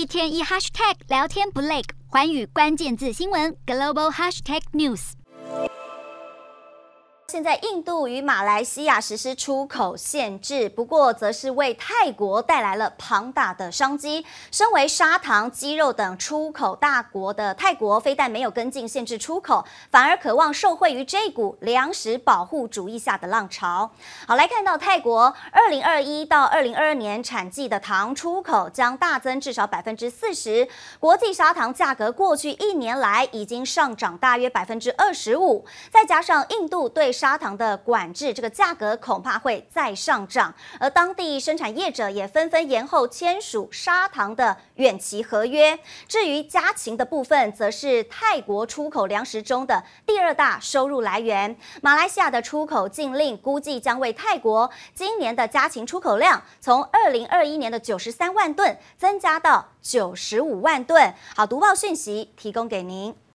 天一 hashtag 聊天不累，寰宇关键字新闻 global hashtag news。 现在印度与马来西亚实施出口限制，不过则是为泰国带来了庞大的商机。身为砂糖、鸡肉等出口大国的泰国，非但没有跟进限制出口，反而渴望受惠于这股粮食保护主义下的浪潮。好，来看到泰国2021到2022年产季的糖出口将大增至少40%，国际砂糖价格过去1年来已经上涨大约25%，再加上印度对砂糖的管制，这个价格恐怕会再上涨，而当地生产业者也纷纷延后签署砂糖的远期合约。至于家禽的部分，则是泰国出口粮食中的第2大收入来源。马来西亚的出口禁令估计将为泰国今年的家禽出口量从2021年的93万吨增加到95万吨。好，读报讯息提供给您。